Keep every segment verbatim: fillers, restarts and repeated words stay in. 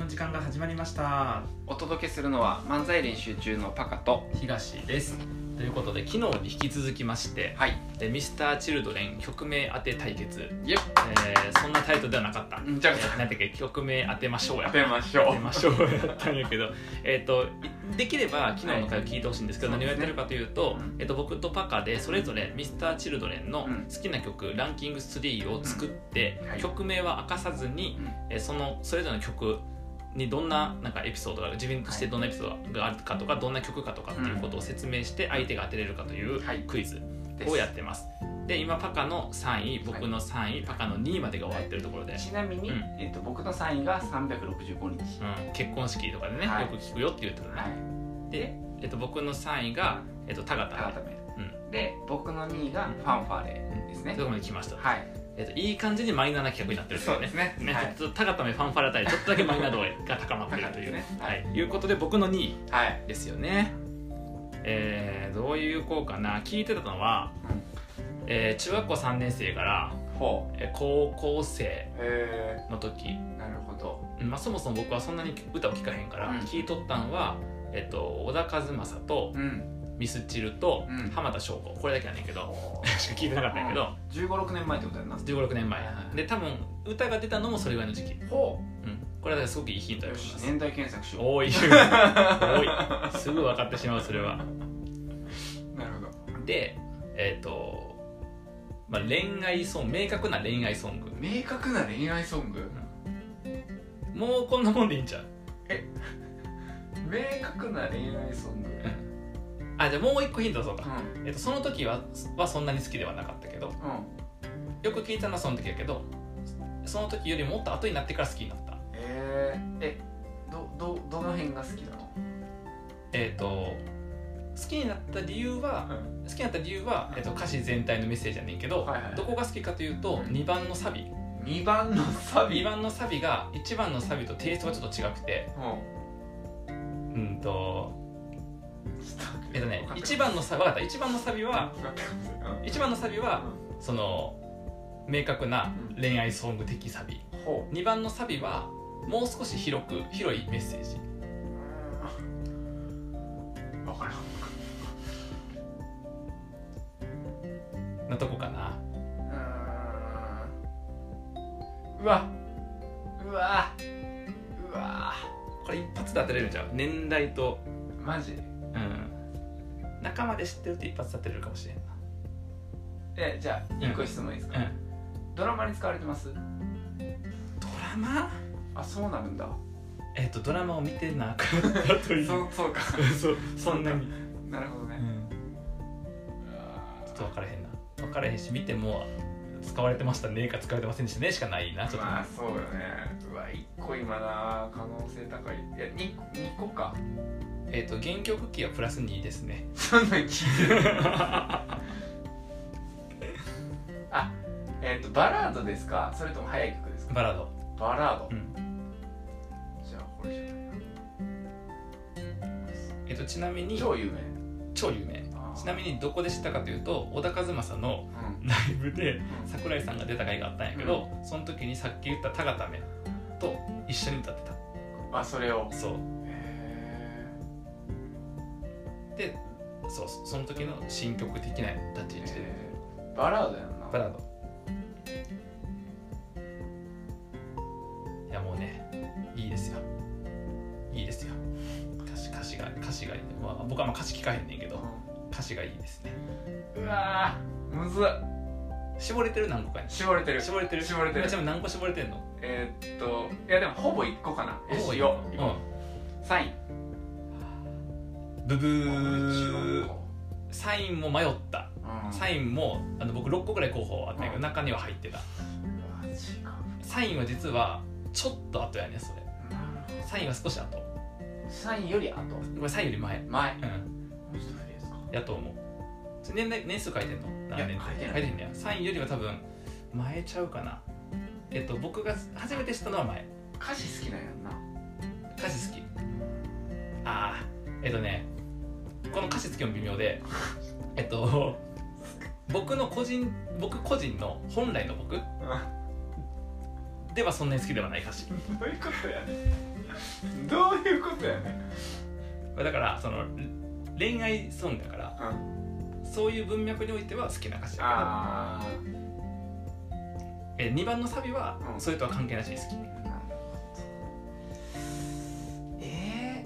時間が始まりました。 お届けするのは漫才練習中のパカと東です。ということで昨日に引き続きまして、 はい、 でミスターチルドレン曲名当て対決、 イエッ、 えー、そんなタイトルではなかった。 じゃあ、 えー、なんていうか曲名当てましょうや当てましょう当てましょうやったんやけどえっとできれば昨日の回を聞いてほしいんですけど、はい、何をやってるかというと、う、ねえっと、僕とパカでそれぞれミスターチルドレンの好きな曲、うん、ランキングスリーを作って、うんはい、曲名は明かさずに、うんえー、そのそれぞれの曲にどんな、なんかエピソードが自分としてどんなエピソードがあるかとか、どんな曲かとかっていうことを説明して相手が当てれるかというクイズをやってます。で今パカのさんい、僕のさんい、はい、パカのにいまでが終わってるところで、 ちなみに、うんえー、と僕のさんいがさんびゃくろくじゅうごにち、 うん、結婚式とかでね、はい、よく聞くよって言ってたね、はい、で、えー、と僕のさんいが、えー、とタガタメ、 うん、で僕のにいがファンファーレですね、 うん、そこまで来ました、 はいえー、といい感じにマイナーな企画になってるそうですね、 ね、はい、ちょっとタガタメファンファーレあたりちょっとだけマイナー度が高まってるというね、はい、いうことで僕のにいですよね、はいえー、どういう子かな。聞いてたのは、うんえー、中学校さんねん生からほう、 えー、高校生の時、 なるほど、 まあ、そもそも僕はそんなに歌を聴かへんから、うん、聞いとったんは、えー、と小田和正と、うんミスチルと浜田省吾、これだけやねんけど、うん、しか聞いてなかったんやけど、 じゅうご、ろくねんまえってことやな。 じゅうご、ろくねんまえで多分歌が出たのもそれぐらいの時期。 ほう、うん、これはすごくいいヒントだと思います。 年代検索しよう。 多い多いすぐ分かってしまうそれは。 なるほど。 でえっ、ー、とまあ恋愛ソング、明確な恋愛ソング明確な恋愛ソング、 うん、もうこんなもんでいいんちゃう。 え明確な恋愛ソング、うんあじゃあもう一個ヒントそうか、うんえっと、その時ははそんなに好きではなかったけど、うん、よく聞いたのはその時やけどその時よりもっと後になってから好きになった。 えー、えどどどの辺が好きなの。 えっ、ー、と好きになった理由は、うん、好きになった理由は、えー、と歌詞全体のメッセージやねんけど、はいはいはい、どこが好きかというとにばんのサビにばんのサビにばんのサビがいちばんのサビとテイストがちょっと違くて、うん、うんとえっとね、いちばんのサビ、分かった、いちばんのサビは、いちばんのサビは、その明確な恋愛ソング的サビ、うん、にばんのサビはもう少し広く広いメッセージ。 分からんなとこかな。 うーんうわうわうわこれ一発で当てれるんじゃん。年代とマジうん仲間で知ってるって一発当てれるかもしれんな。 えじゃあいっこ質問いいですか、うんうん、ドラマに使われてます。 ドラマあそうなるんだ。 えっとドラマを見てなかったというそ, そうかそうそんなになるほどね、うん、 ちょっと分からへんな分からへんし見ても使われてましたねか使われてませんでしたねしかないな。ちょっとまあそうよね。うわいっこ今な可能性高い。いや 2, 2個か。 えっ、ー、と原曲キーはプラスにですね。 そんなん聞いてるあえっ、ー、とバラードですかそれとも速い曲ですか。 バラード。 バラード、うん、じゃあこれじゃないな。 えっ、ー、とちなみに超有名超有名。ちなみにどこで知ったかというと小田和正のライブで桜井さんが出た回があったんやけど、うん、その時にさっき言ったタガタメと一緒に歌ってた。 あそれをそうでそうその時の新曲的な立ち位置でバラードやんな。 バラードいやもうねいいですよいいですよ。歌詞歌詞が歌詞がいい、まあ、僕はあんま歌詞聞かへんねんけど、うん、歌詞がいいですね。 うわーむずっ。 絞れてる何個かに絞れてる絞れてる絞れてる。 ちなみに何個絞れてんの。 えー、っといやでもほぼいっこかな。 ほぼいっこサインブブーサインも迷った、うん、サインもあの僕ろっこぐらい候補あったんやけど、うん、中には入ってた。サインは実はちょっと後やねそれ、うん、サインは少し後。 サインより後。 これサインより前前うんやと思う。年代年数書いてんの。 何年書いてない。 書いてんねや。サインよりは多分前ちゃうかな。えっと僕が初めて知ったのは前。 歌詞好きなんやんな。 歌詞好き。ああえっとねこの歌詞付きも微妙でえっと僕の個人僕個人の本来の僕ではそんなに好きではない歌詞。 どういうことやねんどういうことやねん。 だからその恋愛ソングだから、うん、そういう文脈においては好きな歌詞だけど、あえにばんのサビは、うん、それとは関係なしに好き。 え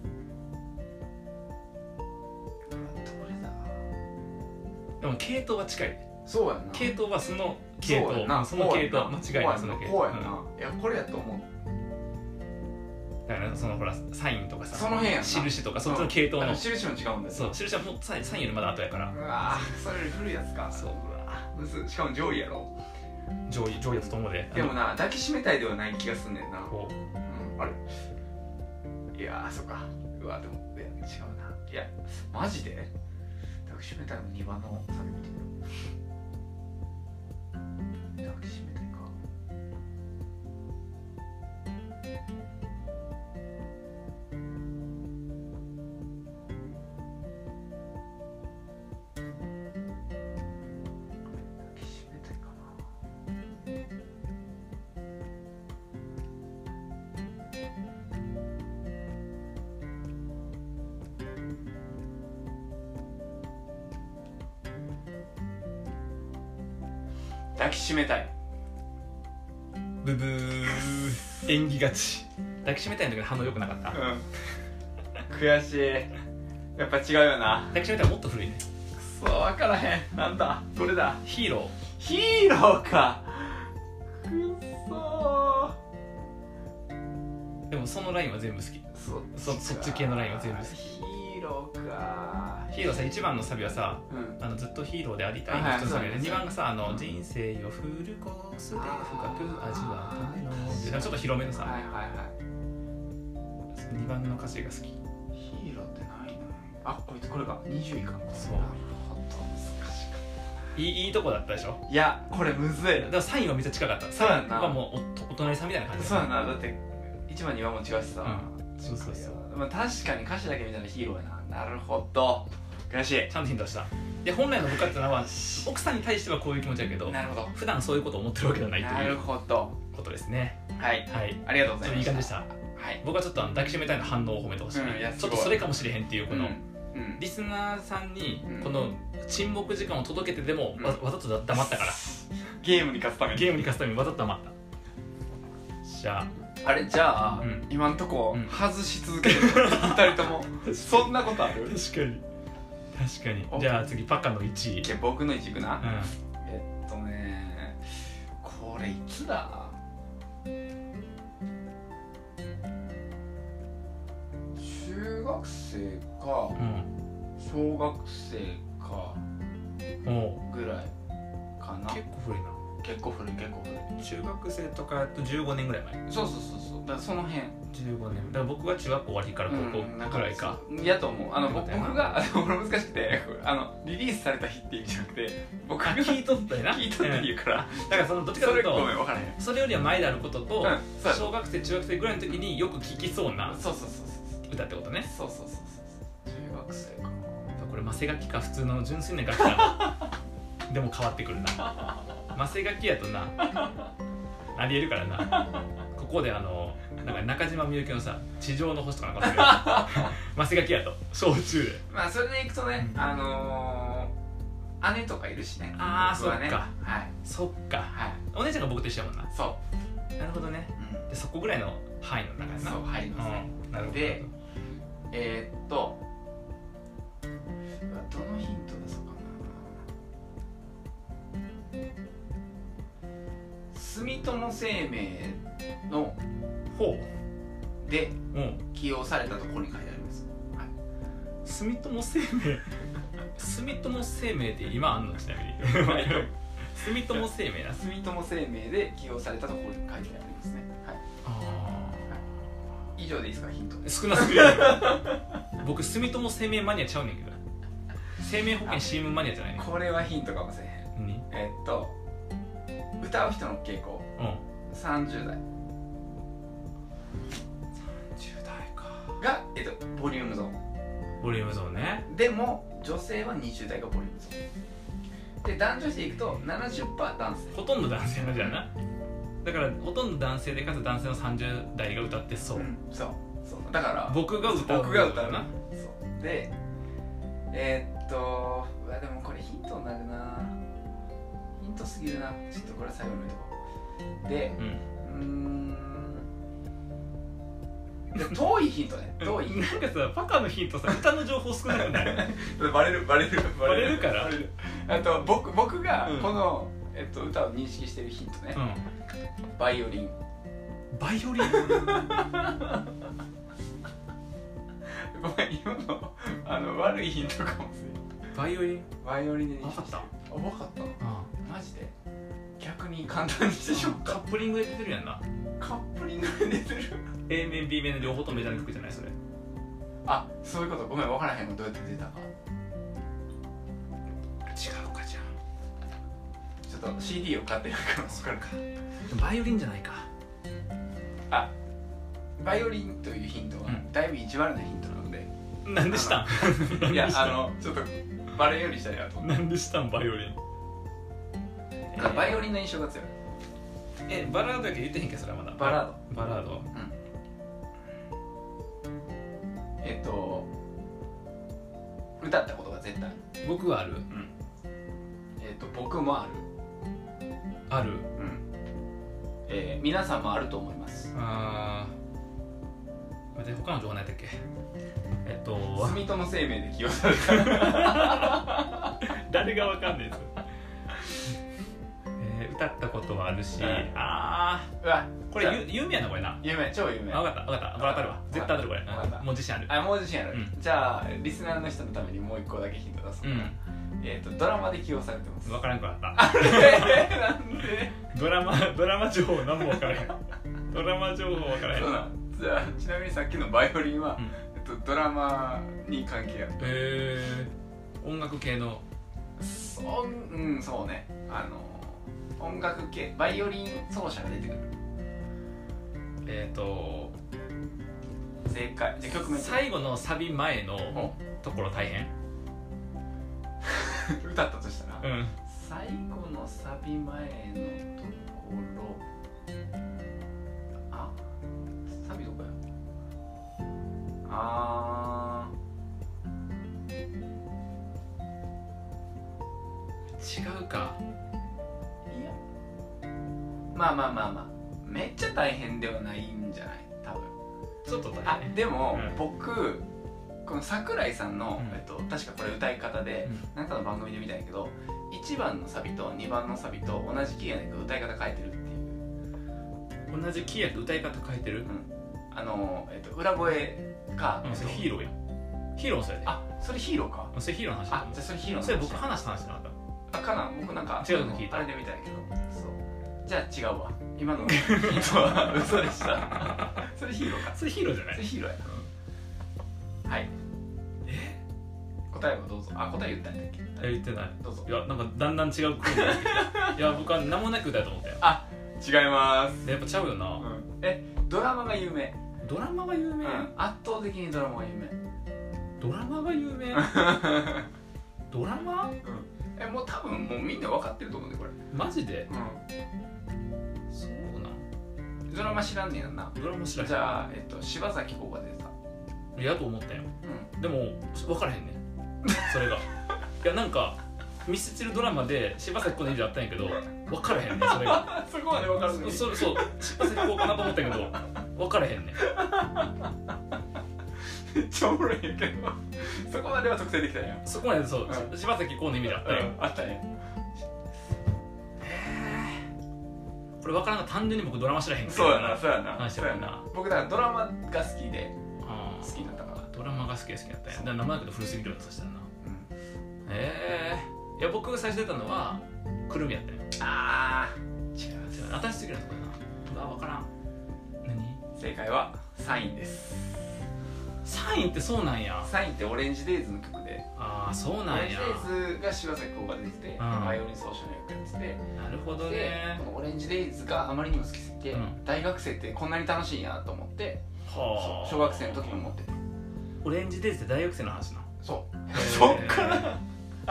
ー、どれだ。 でも系統は近い。 そうやな。 系統はその系統、そ, その系統間違いない。その系統。 こうやな、うん、いやこれやと思う。 だからそのほらサインとかさ、 その辺やな、 印とかそっちの系統の、 うん、印も違うんだよ。 そう、印はもうサイン、サインよりまだ後やから。 うわそれより古いやつか。 そう、うわむず、しかも上位やろ。 上位、上位やつと思うで。 でもな、抱きしめたいではない気がすんねんな。 こう、 うん、あれいやーそっか。うわでもいや違うな。いやマジで抱きしめたいのにばんのサビ見てみよう。抱きしめたいか。抱きしめたい。 ブブー、演技勝ち。抱きしめたいの時反応良くなかった。 うん悔しい。やっぱ違うよな。 抱きしめたいもっと古いね。 くそ分からへん。なんだどれだ。 ヒーロー。 ヒーローか。くっそー。でもそのラインは全部好き。そ, そ, そっち系のラインは全部好き。 ヒーローか。 ヒーローさ、いちばんのサビはさ、うん、あのずっとヒーローでありたいの人のサビで、にばんがさ、あの、うん、人生をフルコースで深く味わうためのってちょっと広めのさ、 はいはいはい、 にばんの歌詞が好き。 ヒーローってないの。あ、こいつこれがにじゅういかん。 そう、 なるほど、難しかった。 いい、いいとこだったでしょ。 いやこれむずい。 だからサインはめっちゃ近かった。 そうやな。 はもう お, お隣さんみたいな感じ。 そうやな。だっていちばんにばんも違うしさ、うん、 そうそうそう。 まあ、確かに歌詞だけ見たらヒーローやな。なるほど、悔しい。 ちゃんとヒントした。で、本来の部下ってのは奥さんに対してはこういう気持ちだけど、 なるほど、 普段そういうことを思ってるわけではないという。 なるほど、 ことですね。 はい、 はい、 ありがとうございました。 いい感じでした。はい、僕はちょっと抱きしめたいの反応を褒めてほしい、うん、ちょっとそれかもしれへんっていうこの、うんうん、リスナーさんにこの沈黙時間を届けてでも、うん、わ, わざと黙ったからゲームに勝つためにゲームに勝つためにわざと黙った。じゃああれじゃあ、うん、今んとこ、うん、外し続けてるふたりともそんなことある？ 確かに確かに。じゃあ次パカのいちい。 僕のいちいくな、うん、えっとねこれいつだ。中学生か、うん、小学生かぐらいかな。 結構古いな。 結構古い結構古い。 中学生とかだとじゅうごねんぐらい前。 そうそうそうそう。だからその辺じゅうごねんだから僕が中学校終わりから高校ぐらいか、 うん、やと思う。あの僕がこれ難しくてあのリリースされた日っていう意味じゃなくて僕が聞いとったよな聞いとった言うから、 うん、だからそのどっちかというとそれごめん分からへん。 それよりは前であることと、うん、小学生中学生ぐらいの時によく聞きそうなそうそうそうそう歌ってことね。 そうそうそうそう。中学生か。 これマセガキか普通の純粋な楽器かでも変わってくるな。マセガキやとなありえるからな。ここであのなんか中島みゆきのさ地上の星とかなんかマセガキやと小中でまあそれでいくとね、うん、あのー、姉とかいるしね。 ああ、そっか、 はい、 そっか、はい、お姉ちゃんが僕と一緒やもんな。 そうなるほどね、うん、でそこぐらいの範囲の中やな。 そう入りますね、うん、 なるほど。 でえー、っとどのヒント出そうかな。住友生命の方で起用されたところに書いてあります、はい、 住友生命住友生命って今あんの？ちなみに住友生命な。 住友生命で起用されたところに書いてありますね、はい、あ、はい、以上でいいですか？ヒント少なすぎる僕住友生命マニアちゃうねんけど生命保険 シーエム マニアじゃないね。 これはヒントかもしれへん。えっと歌う人の傾向、うん、さんじゅうだいさんじゅうだいかが、えっと、ボリュームゾーンボリュームゾーンね。 でも女性はにじゅうだいがボリュームゾーンで男女比でいくと ななじゅっパーセント 男性。 ほとんど男性のじゃな。 だからほとんど男性でかつ男性のさんじゅう代が歌ってそう、うん、 そうそうだから僕が歌う僕が歌うなそうでえー、っとうわでもこれヒントになるなヒントすぎるなちょっとこれ最後のとこでうんうーん遠いヒントね遠いヒントなんかさパカのヒントさ歌の情報少なくないバレるバレるバレるからあと僕僕がこの、うんえっと、歌を認識してるヒントね、うん、バイオリンバイオリンごめん今のあの悪いヒントかもしれないバイオリンバイオリンで認識してるあ分かった分かったマジで逆に簡単にしてしまったカップリングで出てるやんなカップリングで出てる A 面 B 面の両方とメジャーな曲じゃないそれあそういうことごめん分からへんのどうやって出たか違うかじゃんちょっと シーディー を買ってるから分かるかバイオリンじゃないかあバイオリンというヒントは、うん、だいぶ意地悪なヒントなのでなんでしたんいやあのちょっとバレんようにしたいなと思ってなんでしたんバイオリンバイオリンの印象が強いえバラードだけ言ってへんけどそれはまだバラードバラード、うん、 えっと歌ったことが絶対僕はある、うん、 えっと僕もあるある、 うんえー、皆さんもあると思いますあー待って他の情報何やったっけえっと住友生命で起用された誰がわかんないです歌ったことはあるし、うん、あーうわこれ有名やなこれな有名超有名あ分かった分かったこれ当たるわ絶対当たるこれ、うん、もう自信あるあもう自信ある、うん、じゃあリスナーの人のためにもう一個だけヒント出す、うん、えっ、ー、とドラマで起用されてます分からんくなったあれなんでドラマドラマ情報何も分からへんドラマ情報分からへんそうなんじゃあちなみにさっきのバイオリンは、うんえっと、ドラマに関係あるへえー、音楽系のそうんそうねあの音楽系バイオリン奏者が出てくるえっ、ー、と正解じゃ曲名最後のサビ前のところ大変歌ったとしたら、 うん、 最後のサビ前のところあサビどこやあ違うかまあまあまあまあめっちゃ大変ではないんじゃない多分ちょっと大変あでも、うん、僕この桜井さんの、うんえっと、確かこれ歌い方で、うん、なんかの番組で見たんやけどいちばんのサビとにばんのサビと同じキーやねんけど歌い方変えてるっていう同じキーやけど歌い方変えてる、うん、 あの、えっと、裏声か、 うん、それヒーローやんヒーローもそれであそれヒーローかそれヒーローの話だあじゃあそれヒーローの話それ僕話した話じゃなかったあかな僕なんか違うの聞いたあれで見たんやけどそうじゃあ違うわ今のヒントは嘘でしたそれヒーローかそれヒーローじゃないそれヒーローや、うん、はいえ答えはどうぞあ答え言ったんだっけえ言ってないどうぞいやなんかだんだん違ういや僕は名もなく歌えと思ったよあ違いますやっぱちゃうよな、うん、 えドラマが有名ドラマが有名、うん、 圧倒的にドラマが有名ドラマが有名ドラマ、うん、 えもう多分もうみんな分かってると思うんでこれマジで、 うん、 そうなんドラマ知らんねやんなドラマ知らんじゃあ、えっと、柴咲コウが出てたやと思ったよ、うん、でも分からへんねんそれがいやなんかミスチルドラマで柴咲コウのイメージあったんやけど分からへんねんそれがそこまで分からんねんそそう柴咲コウかなと思ったけど分からへんねんめっちゃおもろいんやけどそこまでは特定できたんやそこまでそう、うん、柴咲コウのイメージあったよ、うん、 あったねこれ分からんが単純に僕ドラマ知らへんけどそうやなそうやなそうやな僕だからドラマが好きで好きになったからドラマが好きで好きだったんやだから名前だけど古すぎるよそしたらな、うん、ええー、いや僕最初出たのはくるみやったよああ違う違う新しすぎるんですこれなあ分からん何正解はサインですサインってそうなんやサインってオレンジデイズの曲でああそうなんやオレンジデイズが柴咲コウが出てて、うん、バイオリン奏者の役やっててなるほどねこのオレンジデイズがあまりにも好きすぎて、うん、大学生ってこんなに楽しいんやと思っては小学生の時に思っててオレンジデイズって大学生の話なそうそっからあも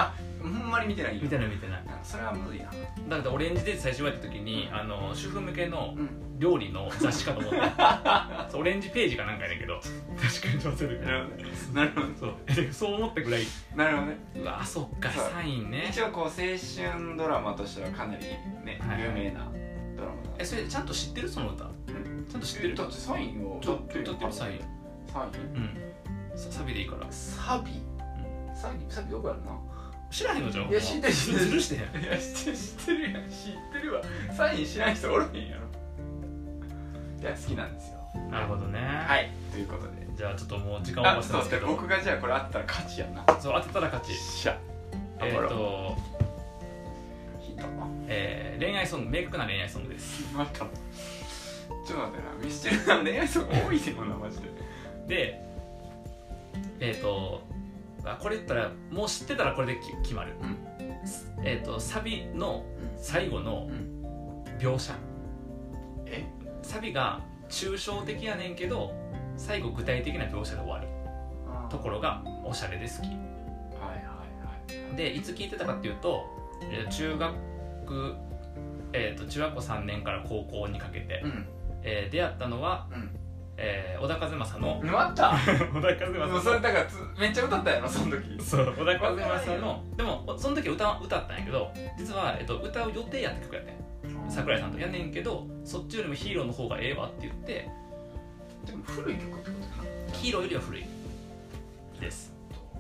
ほんまに見てないよ。 見てない見てない。 それはむずいな。 だからオレンジデイズ最初言われた時に、あの主婦向けのうん料理の雑誌かと思ってそうオレンジページかなんかやねんけど確かに上手でなるほどね。なるほど。 そうえそう思ってくらいなるほどね。 うわそっかそうサインね。 一応こう青春ドラマとしてはかなりね、 はい有名なドラマだ。 えそれちゃんと知ってるその歌？ちゃんと知ってる？ だってサインをちょっと歌ってるサイン。 サイン？ うんササビでいいから。 サビ？サビサビどこやるな。 知らへんのじゃん。 いや知ってる知ってる。 ずるしてへん。 いや知ってる知ってるやん。知ってるわ。サイン知らん人おるへんやろ。いや好きなんですよ。 なるほどね。 はいということで。 じゃあちょっともう時間をあ、 押してそうでますけど。 僕がじゃあこれあったら勝ちやな。 そう当てたら勝ち。 しゃ。 えっとヒント。 えー恋愛ソング明確な恋愛ソングです。 また。ちょっと待ってな。ミスチルな恋愛ソング多いでもなマジで。 でえっとあこれ言ったらもう知ってたらこれでき決まる。 うんえっとサビの最後の描写。 え？ サビが抽象的やねんけど最後具体的な描写で終わるところがおしゃれで好き。 はいはいはい。 でいつ聞いてたかっていうとえー中学、えー、と中学校さんねんから高校にかけて、 うんえー出会ったのは、 うんえー小田和正のまた小田和正のもうそれだからつめっちゃ歌ったやろその時。 そう小田和正のでもその時は 歌, 歌ったんやけど実は、えっと、歌う予定やった曲やねん桜井さんとやねんけどそっちよりもヒーローの方がええわって言ってでも古い曲ってことかな。 ヒーローよりは古いです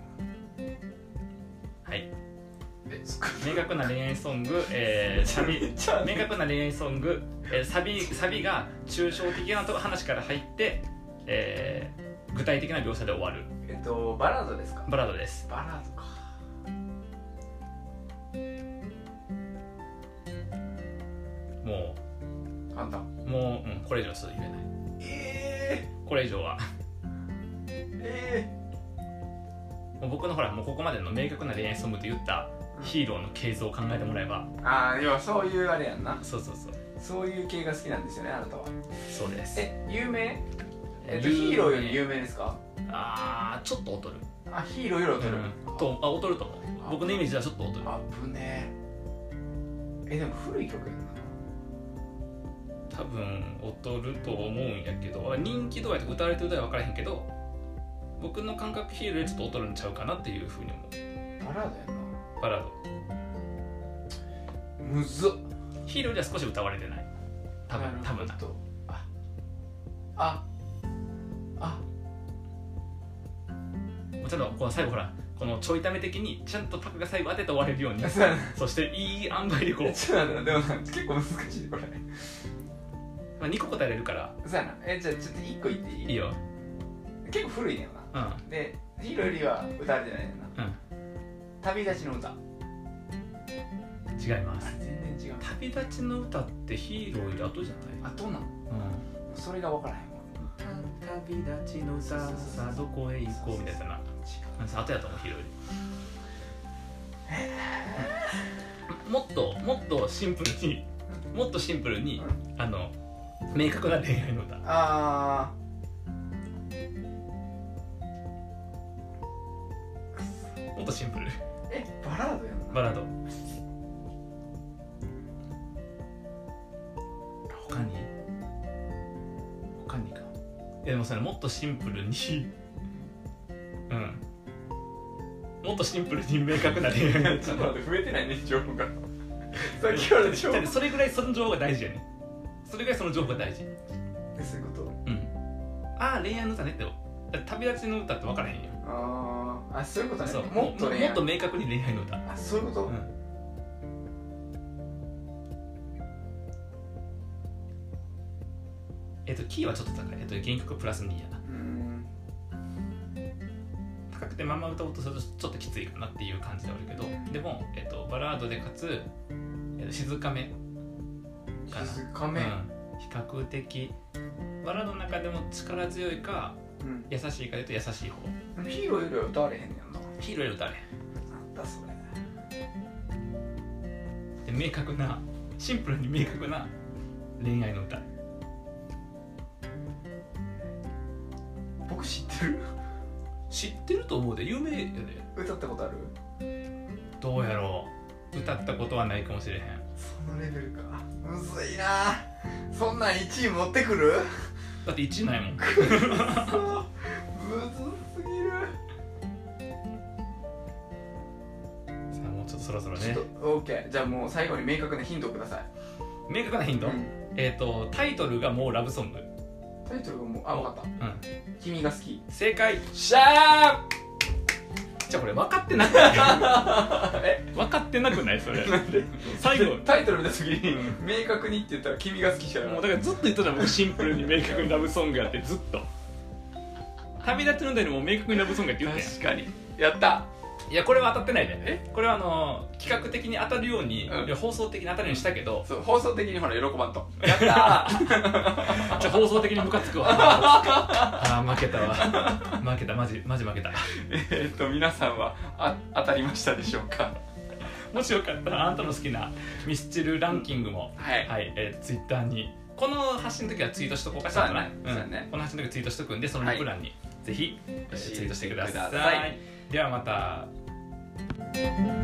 はいえつく明確な恋愛ソング、えー、サビ明確な恋愛ソング、えー、サビサビが抽象的なと話から入って、えー、具体的な描写で終わるえっとバラードですか。 バラードです。 バラードか。 も簡単。 うもう、うん、これ以上はちょっと言えない。 えこれ以上はー、えもう僕のほらもうここまでの明確な恋愛ソングと言ったヒーローの系図を考えてもらえば、 ー、ああ要はそういうあれやんな。 そうそうそうそういう系が好きなんですよねあなたは。 そうです。 え有名？えっと有名ヒーローより有名ですか。 あーちょっと劣る、 あヒーローより劣る、 うん、とあ劣ると思う。僕のイメージではちょっと劣る。 あぶねえ。えでも古い曲やんな。 多分劣ると思うんやけど人気度合いとか歌われてる歌いは分からへんけど僕の感覚ヒーローよりちょっと劣るんちゃうかなっていうふうに思う。 バラードやんな。 バラードむずっ。 ヒーローよりは少し歌われてない多分多分な。 あああもうちょっとこの最後ほらこのちょいため的にちゃんとパクが最後当てて終われるようにそうやな。 そしていい塩梅でこう、 ちょっと待ってでもな結構難しいこれ。 まあ、にこ答えれるからそうやな。えじゃあちょっといっこ言っていい？ いいよ。 結構古いねんようんな。でヒーローよりは歌われてないねんな。 うん旅立ちの歌。 違います。 全然違う。 旅立ちの歌ってヒーローより後じゃない？ あとなんうんそれが分からへんわ。 旅立ちの歌さあどこへ行こうみたいなな後やと思うヒーローよりもっともっとシンプルにもっとシンプルに、うん、あの明確な恋愛の歌。 あもっとシンプル。 えバラードやんな。 バラード。他に他にか。いやでもそれもっとシンプルにうんもっとシンプルに明確な恋愛の歌。 ちょっと待って増えてないね情報が。さっきから情報。 それぐらいその情報が大事やね。それぐらいその情報が大事。 えそういうこと？ うん。ああ恋愛の歌ねって旅立ちの歌って分からへんよ。 ああそういうことね。 そうもっともっと明確に恋愛の歌。 あそういうこと？うん。 えっとキーはちょっと高い。えっと原曲プラスにやな。うん。高くてまんま歌おうとするとちょっときついかなっていう感じではあるけど、でもえっとバラードでかつ、えっと、静かめかな。 静かめ。うん、 比較的バラードの中でも力強いか、うん、優しいかでいうと優しい方。 ヒーローよりは歌われへんねんな。 ヒーローより歌われへん。なんだそれ。 で明確なシンプルに明確な恋愛の歌。 僕知ってる？ 知ってると思うで有名やで。 歌ったことある？ どうやろう、歌ったことはないかもしれへん。 そのレベルか。むずいな。そんなんいちい持ってくる？ だっていちいないもん。 むずすぎる。 さあもうちょっとそろそろね。 オーケー。じゃあもう最後に明確なヒントをください。 明確なヒント、うん、えっ、ー、とタイトルがもうラブソング。 タイトルがもう、あ、分かった、うん、君が好き。 正解。 しゃー。 じゃあこれ分かってなくないえ分かってなくないそれ最後タイトル見た時に、うん、明確にって言ったら君が好きしかない。 もうだからずっと言ってた。僕シンプルに明確にラブソングやってずっと旅立ちの歌にも明確にラブソングやって言ってん。 確かにやった。 いやこれは当たってないね。えこれはあのー、企画的に当たるように、うん、いや放送的に当たるようにしたけど、 そう放送的にほら喜ばんと。やったーじゃあ放送的にムカつくわあー負けたわ負けたマジマジ負けたえーっと皆さんはあ当たりましたでしょうか。 もしよかったらあなたの好きなミスチルランキングも、うん、はい、はいえー、ツイッターにこの発信の時はツイートしとこうかしら、ねうんね、この発信の時はツイートしとくんで、そのリプ欄に、はい、ぜひ、えー、ツイートしてください。ではまた。